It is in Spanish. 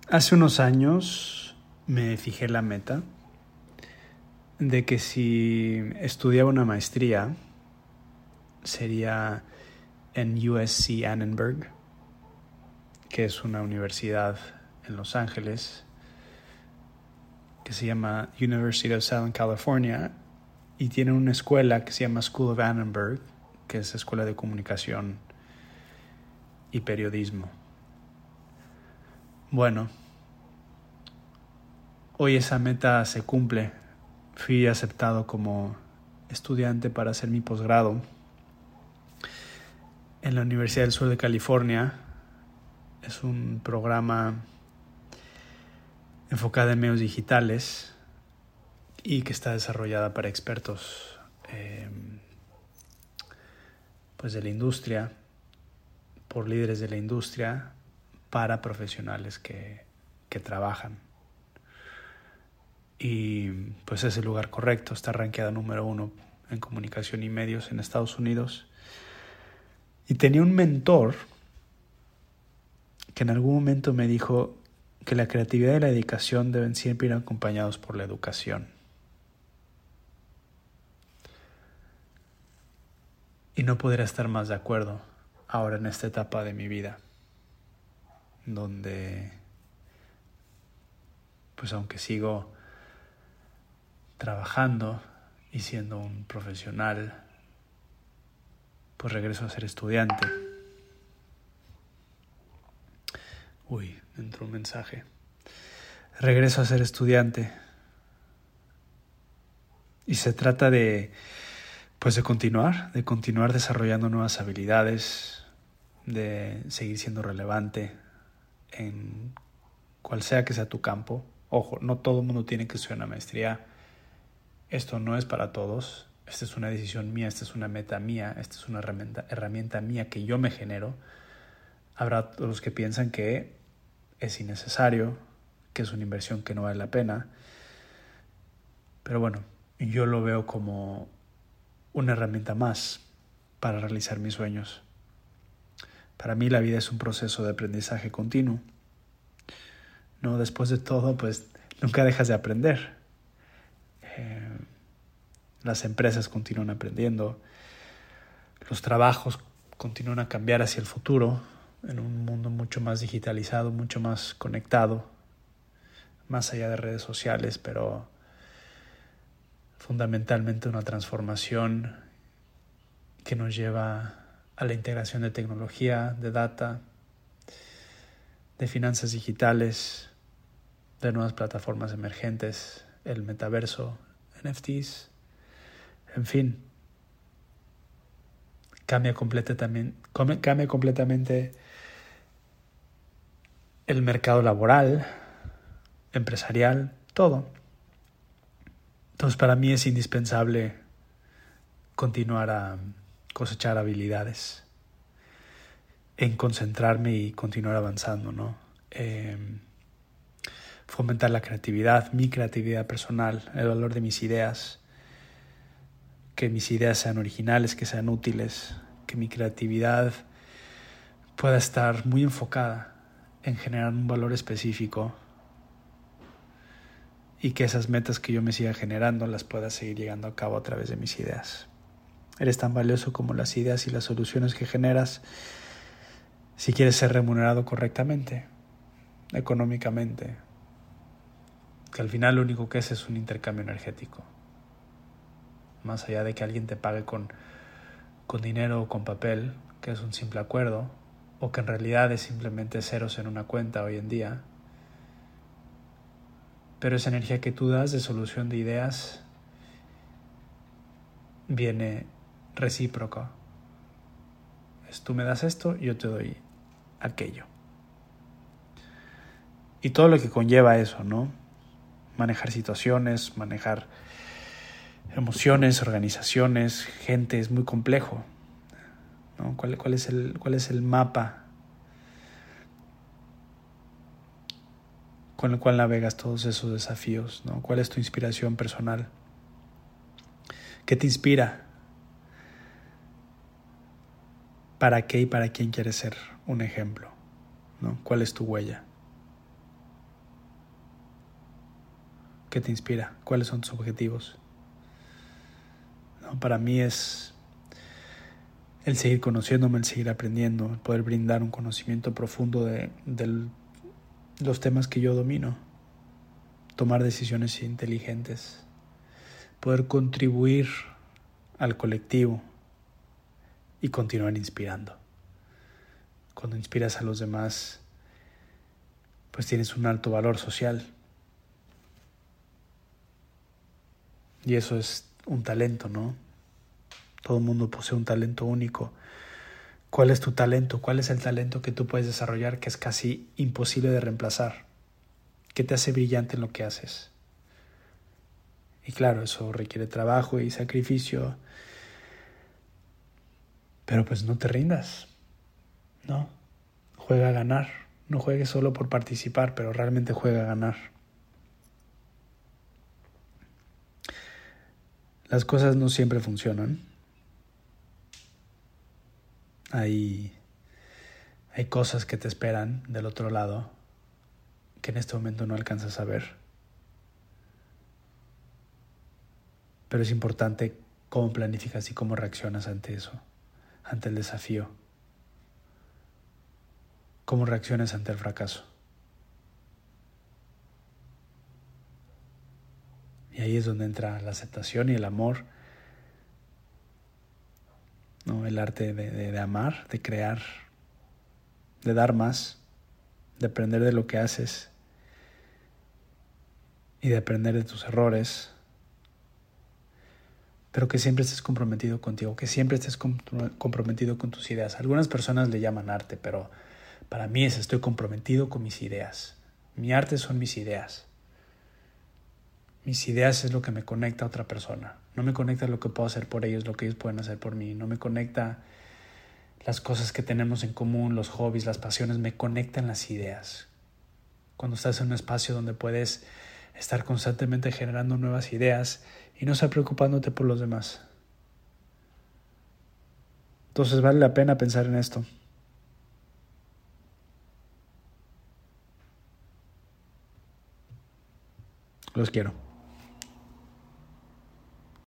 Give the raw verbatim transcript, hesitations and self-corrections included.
Hace unos años me fijé la meta de que si estudiaba una maestría sería en U S C Annenberg, que es una universidad en Los Ángeles, que se llama University of Southern California, y tiene una escuela que se llama School of Annenberg, que es escuela de comunicación y periodismo. Bueno, hoy esa meta se cumple. Fui aceptado como estudiante para hacer mi posgrado en la Universidad del Sur de California. Es un programa enfocado en medios digitales y que está desarrollada para expertos eh, pues de la industria, por líderes de la industria, para profesionales que, que trabajan. Y pues es el lugar correcto, está rankeada número uno en comunicación y medios en Estados Unidos. Y tenía un mentor que en algún momento me dijo que la creatividad y la dedicación deben siempre ir acompañados por la educación. Y no podría estar más de acuerdo ahora en esta etapa de mi vida, donde, pues aunque sigo trabajando y siendo un profesional, pues regreso a ser estudiante. Uy, entró un mensaje. Regreso a ser estudiante. Y se trata de, pues de continuar, de continuar desarrollando nuevas habilidades, de seguir siendo relevante en cual sea que sea tu campo. Ojo, no todo el mundo tiene que estudiar una maestría. Esto no es para todos. Esta es una decisión mía, esta es una meta mía, esta es una herramienta, herramienta mía que yo me genero. Habrá los que piensan que es innecesario, que es una inversión que no vale la pena. Pero bueno, yo lo veo como una herramienta más para realizar mis sueños. Para mí la vida es un proceso de aprendizaje continuo. No, después de todo, pues nunca dejas de aprender. Eh, las empresas continúan aprendiendo, los trabajos continúan a cambiar hacia el futuro, en un mundo mucho más digitalizado, mucho más conectado, más allá de redes sociales, pero fundamentalmente una transformación que nos lleva a la integración de tecnología, de data, de finanzas digitales, de nuevas plataformas emergentes, el metaverso, N F Ts, en fin. Cambia, completa también, cambia completamente el mercado laboral, empresarial, todo. Entonces para mí es indispensable continuar a cosechar habilidades, en concentrarme y continuar avanzando, ¿no? Eh, fomentar la creatividad, mi creatividad personal, el valor de mis ideas, que mis ideas sean originales, que sean útiles, que mi creatividad pueda estar muy enfocada en generar un valor específico y que esas metas que yo me siga generando las pueda seguir llegando a cabo a través de mis ideas. Eres tan valioso como las ideas y las soluciones que generas si quieres ser remunerado correctamente, económicamente, que al final lo único que es es un intercambio energético. Más allá de que alguien te pague con, con dinero o con papel, que es un simple acuerdo, o que en realidad es simplemente ceros en una cuenta hoy en día, pero esa energía que tú das de solución de ideas viene recíproca. Es tú me das esto, yo te doy aquello. Y todo lo que conlleva eso, ¿no? Manejar situaciones, manejar emociones, organizaciones, gente, es muy complejo, ¿no? ¿Cuál, cuál es el, cuál es el mapa con el cual navegas todos esos desafíos, ¿no? ¿Cuál es tu inspiración personal? ¿Qué te inspira? ¿Para qué y para quién quieres ser un ejemplo, ¿no? ¿Cuál es tu huella? ¿Qué te inspira? ¿Cuáles son tus objetivos? No, para mí es el seguir conociéndome, el seguir aprendiendo, el poder brindar un conocimiento profundo de, de los temas que yo domino, tomar decisiones inteligentes, poder contribuir al colectivo y continuar inspirando. Cuando inspiras a los demás, pues tienes un alto valor social. Y eso es un talento, ¿no? Todo el mundo posee un talento único. ¿Cuál es tu talento? ¿Cuál es el talento que tú puedes desarrollar que es casi imposible de reemplazar? ¿Qué te hace brillante en lo que haces? Y claro, eso requiere trabajo y sacrificio. Pero pues no te rindas, ¿no? Juega a ganar. No juegues solo por participar, pero realmente juega a ganar. Las cosas no siempre funcionan. Hay, hay cosas que te esperan del otro lado que en este momento no alcanzas a ver. Pero es importante cómo planificas y cómo reaccionas ante eso, ante el desafío. Cómo reaccionas ante el fracaso. Y ahí es donde entra la aceptación y el amor, ¿no? El arte de, de, de amar, de crear, de dar más, de aprender de lo que haces y de aprender de tus errores, pero que siempre estés comprometido contigo, que siempre estés comprometido con tus ideas. Algunas personas le llaman arte, pero para mí es estoy comprometido con mis ideas. Mi arte son mis ideas. Mis ideas es lo que me conecta a otra persona. No me conecta lo que puedo hacer por ellos, lo que ellos pueden hacer por mí. No me conecta las cosas que tenemos en común, los hobbies, las pasiones. Me conectan las ideas. Cuando estás en un espacio donde puedes estar constantemente generando nuevas ideas y no estar preocupándote por los demás. Entonces vale la pena pensar en esto. Los quiero.